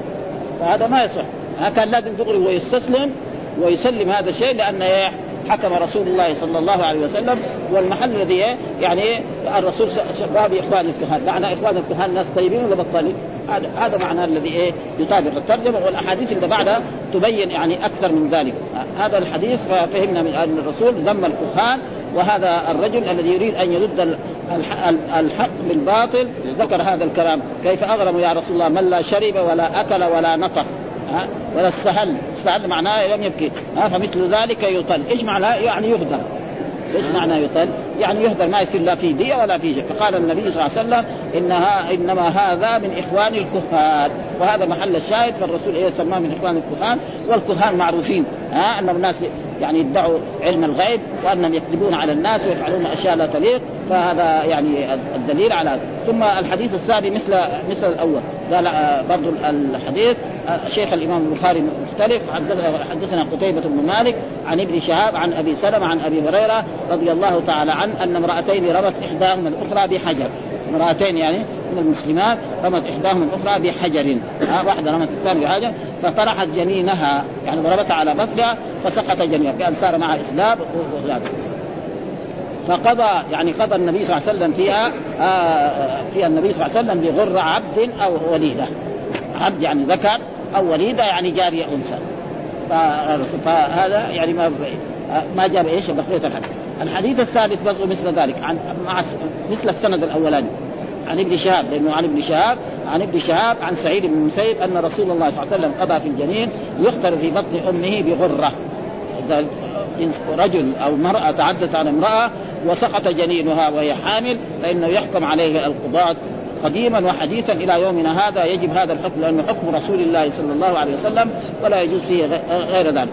فهذا ما يصح. كان لازم تغري ويستسلم ويسلم هذا الشيء، لأن حكم رسول الله صلى الله عليه وسلم، والمحل الذي يعني الرسول باب إخوان الكهان، معنى إخوان الكهان ناس طيبين ولا بطالين، هذا هذا معناه الذي إيه يطابق الترجمة، والأحاديث اللي بعدها تبين يعني أكثر من ذلك. هذا الحديث ففهمنا من أن الرسول ذم الكهان، وهذا الرجل الذي يريد أن يرد الحق بالباطل ذكر هذا الكلام كيف أغرم يا رسول الله من لا شرب ولا أكل ولا نطق ها ولا استهل. استهل معناه لم يبكي، ها فمثل ذلك يطل. ايش معناه؟ يعني يهدر. ايش معناه يطل؟ يعني يهدر، ما يصير لا في دية ولا في شيء. فقال النبي صلى الله عليه وسلم انها انما هذا من اخوان الكهان، وهذا محل الشاهد. فالرسول ايه سماه من اخوان الكهان، والكهان معروفين ها ان الناس يعني يدعوا علم الغيب وانهم يكذبون على الناس ويفعلون اشياء لا تليق، فهذا يعني الدليل على هذا. ثم الحديث الثاني مثل مثل الاول، قال برضو الحديث الشيخ الامام البخاري مختلف. حدثنا قتيبة بن مالك عن ابن شهاب عن ابي سلمة عن ابي هريرة رضي الله تعالى عنه ان امرأتين رمت احداهما الاخرى بحجر، امرأتين يعني من المسلمات رمت احداهما الاخرى بحجر، ها واحدة رمت الثانية بحجر فطرحت جنينها يعني ضربتها على بطنها فسقط جنينها بأن صار معها اسلاب وذلك. فقضى يعني قضى النبي صلى الله عليه وسلم فيها آه فيها النبي صلى الله عليه وسلم بغر عبد أو وليدة، عبد يعني ذكر أو وليدة يعني جارية أنثى. فهذا يعني ما ما جاب إيش بقية الحديث. الحديث الثالث برضو مثل ذلك عن مع مثل السند الأولاني عن ابن شهاب، لأنه عن ابن شهاب عن ابن شهاب عن سعيد بن المسيب أن رسول الله صلى الله عليه وسلم قضى في الجنين يختر في بطن أمه بغرة. إذا رجل أو مرأة تعدت عن امرأة وسقط جنينها وهي حامل فإنه يحكم عليه القضاة قديما وحديثا إلى يومنا هذا، يجب هذا الحكم لأنه حكم رسول الله صلى الله عليه وسلم ولا يجوز فيه غير ذلك.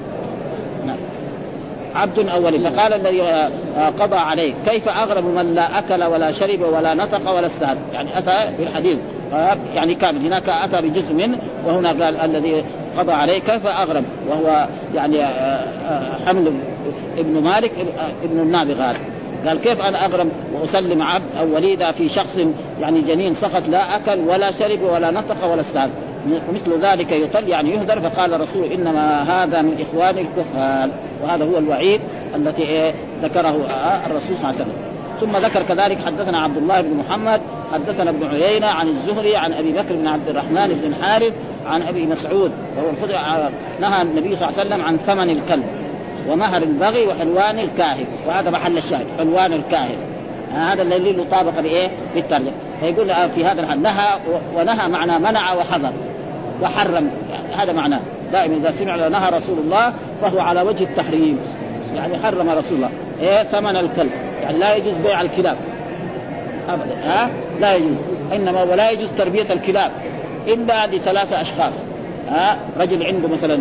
عبد أولي. فقال الذي قضى عليه كيف أغرب من لا أكل ولا شرب ولا نطق ولا استهل، يعني أتى في الحديث يعني كامل، هناك أتى بجزء منه وهنا قال الذي قضى عليه كيف أغرب، وهو يعني حمل ابن مالك ابن النابغة. قال كيف أنا أغرم وأسلم عبد أو وليدة في شخص يعني جنين سقط لا أكل ولا شرب ولا نطق ولا استعد ومثل ذلك يطل يعني يهدر. فقال الرسول إنما هذا من إخوان الكهان، وهذا هو الوعيد التي ذكره الرسول صلى الله عليه وسلم. ثم ذكر كذلك حدثنا عبد الله بن محمد حدثنا ابن عيينة عن الزهري عن أبي بكر بن عبد الرحمن بن الحارث عن أبي مسعود وهو الخدري نهى النبي صلى الله عليه وسلم عن ثمن الكلب ومهر البغي وحلوان الكاهن، وهذا محل الشاهد حلوان الكاهن. هذا الذي له طابق بايه بالترجمه. فيقول في هذا الحال نهى، ونهى معنى منع وحظر وحرم، يعني هذا معناه. دائما اذا سمع نهى رسول الله فهو على وجه التحريم، يعني حرم رسول الله ايه ثمن الكلب، يعني لا يجوز بيع الكلاب ابدا، ها لا يجوز. انما ولا يجوز تربيه الكلاب الا لثلاثه اشخاص، ها رجل عنده مثلا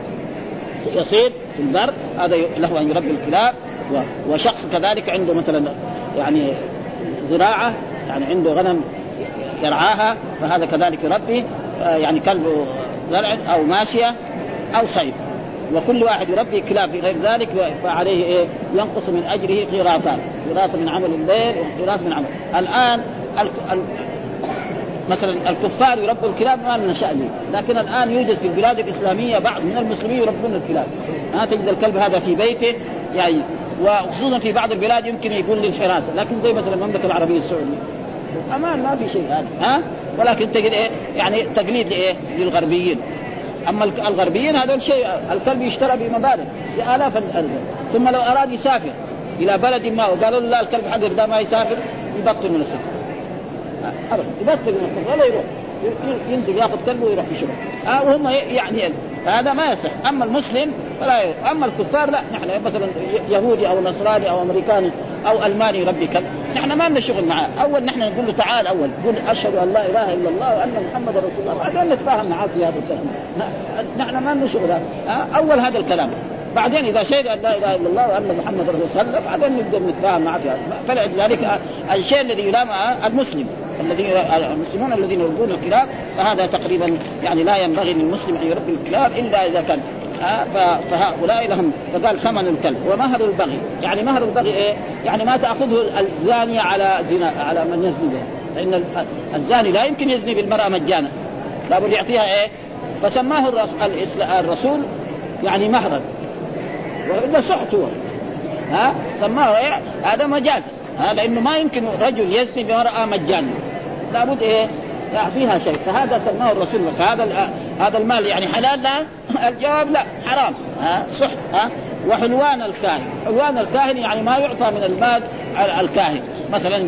يصيد في البر هذا له ان يربي الكلاب، وشخص كذلك عنده مثلا يعني زراعه يعني عنده غنم يرعاها فهذا كذلك يربي يعني كلب زرع او ماشيه او صيد. وكل واحد يربي كلاب في غير ذلك فعليه إيه؟ ينقص من اجره قيراطان، قيراط من عمل الليل وقيراط من عمل. الان ال... ال... مثلا الكفار يربوا الكلاب ما لنا شأن، لكن الآن يوجد في البلاد الإسلامية بعض من المسلمين يربون الكلاب. ها تجد الكلب هذا في بيته يعني، وخصوصا في بعض البلاد يمكن يكون للحراسة، لكن زي مثلا المملكة العربية السعودية أمان ما في شيء هذا، ها ولكن تجد إيه يعني تقليد إيه للغربيين. أما الغربيين هذا الشيء الكلب يشترى بمبالغ بآلاف الألف، ثم لو أراد يسافر إلى بلد ما وقالوا له لا الكلب حقك ده ما يسافر يبطل من السفر أبدا، يبطل من السفر ولا يروح، ينزل ياخذ كلبه ويروح يشرب. ها وهم يعني هذا ما يصح. أما المسلم فلا يروح. أما الكفار لا، نحن مثلا يهودي أو نصراني أو أمريكاني أو ألماني يربي كلب نحن ما لنا شغل معاه. أول نحن نقول له تعال، أول قول أشهد أن لا إله إلا الله وأن محمد رسول الله، بعدين نتفاهم معاه في هذا الكلام. نحن ما لنا شغل هذا، أول هذا الكلام، بعدين إذا شهد أن لا إله إلا الله وأن محمد رسول الله بعدين نقدر نتفاهم معه في هذا. فلذلك الشيء الذي يلام المسلم الذين المسلمون الذين يربون الكلاب فهذا تقريبا يعني لا ينبغي للمسلم أن يربي الكلاب إلا إذا كان. فهؤلاء لهم. فقال ثمن الكلب ومهر البغي، يعني مهر البغي إيه؟ يعني ما تأخذه الزاني على زنا على من يزني بها، فإن الزاني لا يمكن يزني بالمرأة مجانا، لابد يعطيها إيه. فسماه الرسول يعني مهرا، وإلا سحت هو، ها سماه إيه هذا مجاز، ها لأنه ما يمكن رجل يزني بمرأة مجانا، لابد إيه يعطيها شيء، فهذا سماه الرسول. فهذا هذا المال يعني حلال؟ لا، الجواب لا، حرام، ها سحت. ها وحلوان الكاهن، حلوان الكاهن يعني ما يعطى من المال الكاهن. مثلا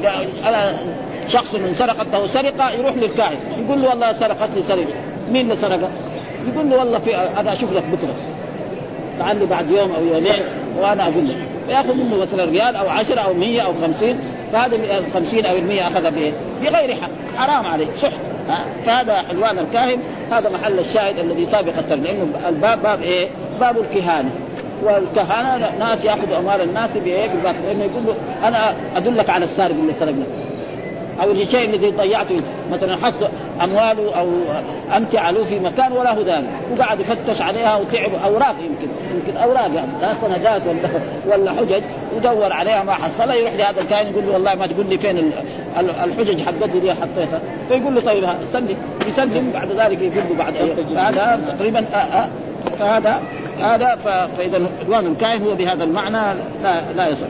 شخص من سرقته سرقة يروح للكاهن يقول له والله سرقت لي سرقة، مين اللي سرقه؟ يقول له والله في أنا أشوف لك بكرة، تعال لي بعد يوم أو يومين وأنا أقول لك، فيأخذ منه مثلا ريال أو عشرة أو مية أو خمسين، فهذا الخمسين أو المية أخذ بإيه؟ بغير حق، حرام عليه سحت. فهذا حلوان الكاهن، هذا محل الشاهد الذي طابق الترجمة، لأنه الباب باب إيه؟ باب الكهانة، والكهانة ناس يأخذوا أموال الناس بإيه؟ بالباطل، لأنه يقول له أنا أدلك على السارق اللي سرقنا أو الشيء الذي ضيعته، مثلا حط أمواله أو أمتع له في مكان ولا هو ذلك، وقعد يفتش عليها وتعب أوراق، يمكن يمكن أوراق يعني لا سندات ولا ولا حجج، ودور عليها ما حصلها، يروح لهذا الكائن يقول له والله ما تقول لي فين الحجج حقتي دي حطيتها، فيقول له طيب سلم، يسلم بعد ذلك يقول له بعد أيام. فهذا تقريبا آه آه فهذا هذا فإذا حلوان الكائن هو بهذا المعنى لا لا يصح.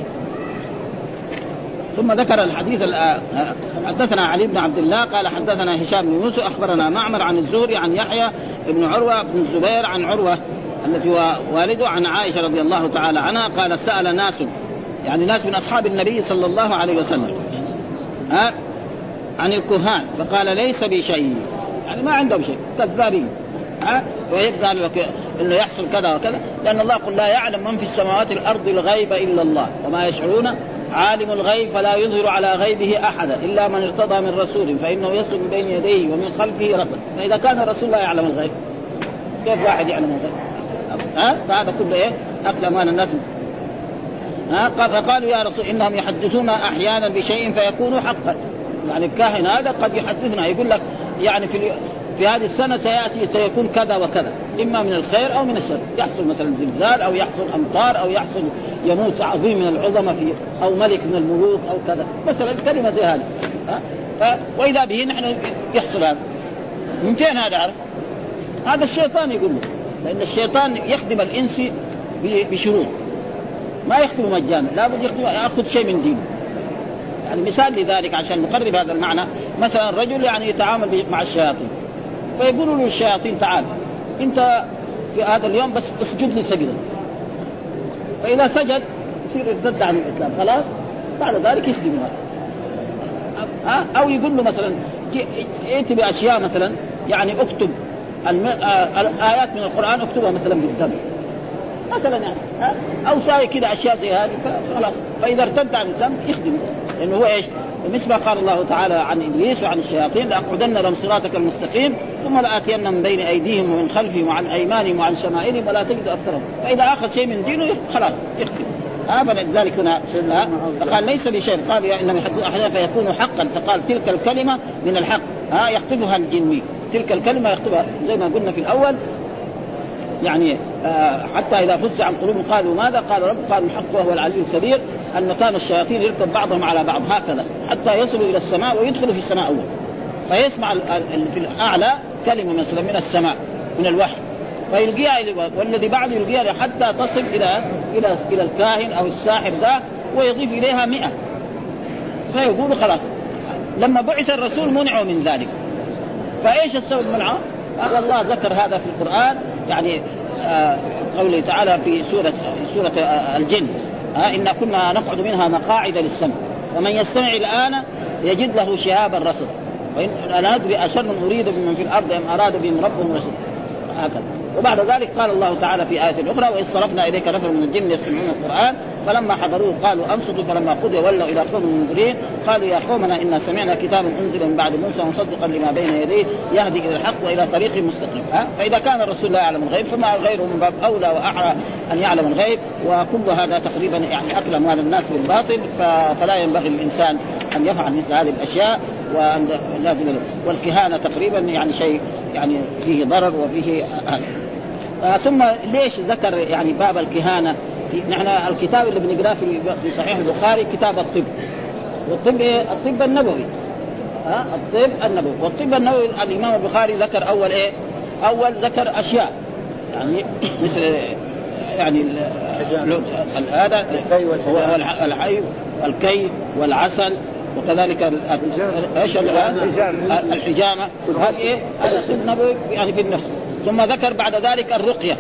ثم ذكر الحديث. حدثنا علي بن عبد الله قال حدثنا هشام بن يوسف أخبرنا معمر عن الزهري عن يحيى بن عروة بن الزبير عن عروة الذي هو والده عن عائشة رضي الله تعالى عنها قال سأل ناس، يعني ناس من أصحاب النبي صلى الله عليه وسلم ها عن الكهان فقال ليس بشيء، يعني ما عندهم شيء، كذابين، ها ويقال لك إنه يحصل كذا وكذا، لأن الله قل لا يعلم من في السماوات الأرض الغيب إلا الله وما يشعرون عالم الغيب فلا يظهر على غيبه أحدا إلا من ارتضى من رسول فإنه يسلك من بين يديه ومن خلفه رصد. فإذا كان الرسول لا يعلم الغيب كيف واحد يعلم الغيب؟ ها فهذا كله إيه أكل أمان الناس. ها فقالوا يا رسول إنهم يحدثون أحيانا بشيء فيكون حقا، يعني الكاهن هذا قد يحدثنا، يقول لك يعني في في هذه السنة سيأتي سيكون كذا وكذا، إما من الخير أو من الشر، يحصل مثلا زلزال أو يحصل أمطار أو يحصل يموت عظيم من العظماء في أو ملك من الملوك أو كذا مثلا كلمة زي هذه. وإذا به نحن يحصل هذا من فين هذا عرف؟ هذا الشيطان يقول له، لأن الشيطان يخدم الإنس بشروط، ما يخدم مجانا، لابد يخدم يأخذ شيء من دينه. يعني مثال لذلك عشان نقرب هذا المعنى، مثلا رجل يعني يتعامل مع الشياطين، فيقولوا له الشياطين تعال انت في هذا اليوم بس اسجد لي سجدا، فإذا سجد يصير يرتد عن الإسلام خلاص، بعد ذلك يخدم هذا. أو يقول له مثلا ائت بأشياء مثلا يعني اكتب الآيات من القرآن اكتبها مثلا بالدم مثلا يعني، أو ساوي كده أشياء زي هذه خلاص، فإذا ارتد عن الإسلام يخدم، لأنه هو إيش مثل ما قال الله تعالى عن إبليس وعن الشياطين لأقعدن لهم صراطك المستقيم ثم لآتينهم من بين أيديهم ومن خلفهم وعن أيمانهم وعن شمائلهم ولا تجد أكثرهم، فإذا أخذ شيء من دينه خلاص يخدم. فلذلك هنا فقال ليس بشيء، قال إنما يحدث أحيانا فيكون حقا، فقال تلك الكلمة من الحق ها يخطفها الجني، تلك الكلمة يخطفها زي ما قلنا في الأول يعني آه حتى إذا فزع عن قلوبهم قالوا ماذا قال رب قال الحق وهو العلي الكبير، أن كان الشياطين يركب بعضهم على بعض هكذا حتى يصلوا إلى السماء ويدخلوا في السماء أول، فيسمع في الأعلى كلمة مثلا من السماء من الوحي فيلقيها، والذي بعد يلقيها حتى تصل إلى إلى إلى الكاهن أو الساحر ذا ويضيف إليها مئة، فيقولوا خلاص. لما بعث الرسول منعوا من ذلك، فإيش السبب منعه؟ والله ذكر هذا في القرآن يعني آه قوله تعالى في سورة سورة آه الجن آه إن كنا نقعد منها مقاعد للسمع ومن يستمع الآن يجد له شهابا رصد وإن لا ندري أشر أريد بمن في الأرض أم أراد بهم ربهم رشد هكذا. وبعد ذلك قال الله تعالى في آية أخرى وإذ صرفنا إليك نفر من الجن يستمعون القرآن فلما حضروه قالوا أنصتوا فلما قضي ولوا إلى قوم منذرين قالوا يا قومنا إنا سمعنا كتابا أنزل من بعد موسى مصدقا لما بين يديه يهدي إلى الحق وإلى طريق مستقيم. ها؟ فإذا كان الرسول لا يعلم الغيب فما غيره من باب أولى وأحرى أن يعلم الغيب، وكل هذا تقريبا يعني أكل أموال الناس بالباطل، فلا ينبغي للإنسان أن يفعل مثل هذه الأشياء. وأن لازم والكهانة تقريبا يعني شيء يعني فيه ضرر وفيه آه. آه ثم ليش ذكر يعني باب الكهانة؟ نحن الكتاب اللي بنقراه في صحيح البخاري كتاب الطب، والطب إيه؟ الطب النبوي ها آه الطب النبوي. والطب النبوي الإمام البخاري ذكر أول إيه؟ أول ذكر أشياء يعني مثل يعني هذا هو الحي والكي والعسل وكذلك ايش الحجامه هذه ايه هذا طب نبوي يعني في النفس. ثم ذكر بعد ذلك الرقيه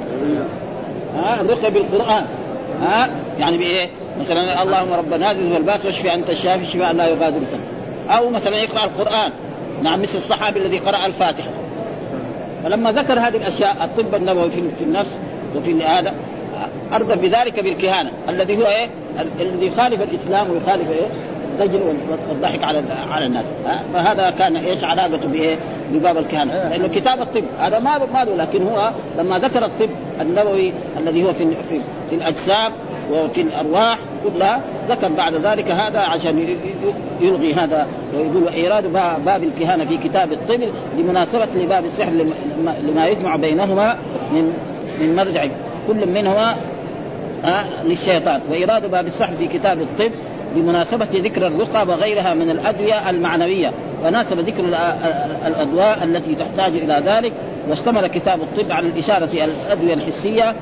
ها الرقيه بالقران ها يعني بايه مثلا اللهم رب نازل والباس واشفي انت الشافي شفاء لا يغادر سقما، او مثلا يقرا القران نعم مثل الصحابي الذي قرأ الفاتحه. فلما ذكر هذه الاشياء الطب النبوي في النفس وفي هذا أرضى بذلك بالكهانة الذي هو إيه الذي يخالف الإسلام ويخالف إيه الدجل والضحك على على الناس. فهذا كان إيش علاقته بإيه بباب الكهانة، لأنه كتاب الطب هذا ما له ما له لكن هو لما ذكر الطب النبوي الذي هو في في, في الأجسام وفي الأرواح كلها ذكر بعد ذلك هذا عشان يلغي هذا ويقول إيراد باب الكهانة في كتاب الطب لمناسبة لباب السحر لما يجمع بينهما من من مرجع كل منهما آه للشيطان، وإرادة باب السحر في كتاب الطب بمناسبة ذكر الرقى وغيرها من الأدوية المعنوية، وناسب ذكر الأدواء التي تحتاج إلى ذلك. واشتمل كتاب الطب على الإشارة إلى الأدوية الحسية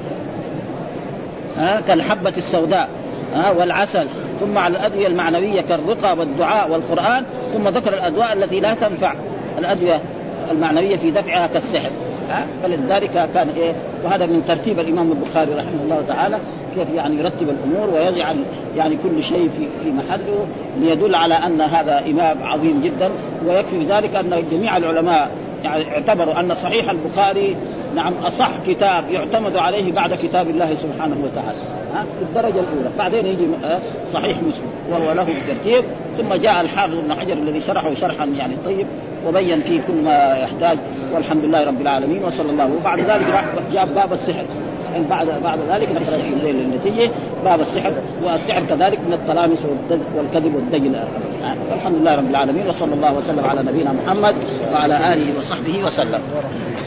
آه كالحبة السوداء آه والعسل، ثم على الأدوية المعنوية كالرقى والدعاء والقرآن، ثم ذكر الأدواء التي لا تنفع الأدوية المعنوية في دفعها كالسحر. فلذلك كان إيه وهذا من ترتيب الإمام البخاري رحمه الله تعالى كيف يعني يرتب الأمور ويجعل يعني كل شيء في في محله ليدل على أن هذا إمام عظيم جدا. ويكفي ذلك أن جميع العلماء يعني اعتبروا أن صحيح البخاري نعم أصح كتاب يعتمد عليه بعد كتاب الله سبحانه وتعالى ها في الدرجة الأولى، بعدين يجي صحيح مسلم وهو له الترتيب، ثم جاء الحافظ ابن حجر الذي شرحه شرحا يعني طيب وبين فيه كل ما يحتاج، والحمد لله رب العالمين وصلى الله. وبعد ذلك جاء باب السحر يعني بعد بعد ذلك نقرأ في الليل النتيجة باب السحر، والسحر كذلك من الطلامس والكذب والدجل. الحمد لله رب العالمين، وصلى الله وسلم على نبينا محمد وعلى آله وصحبه وسلم.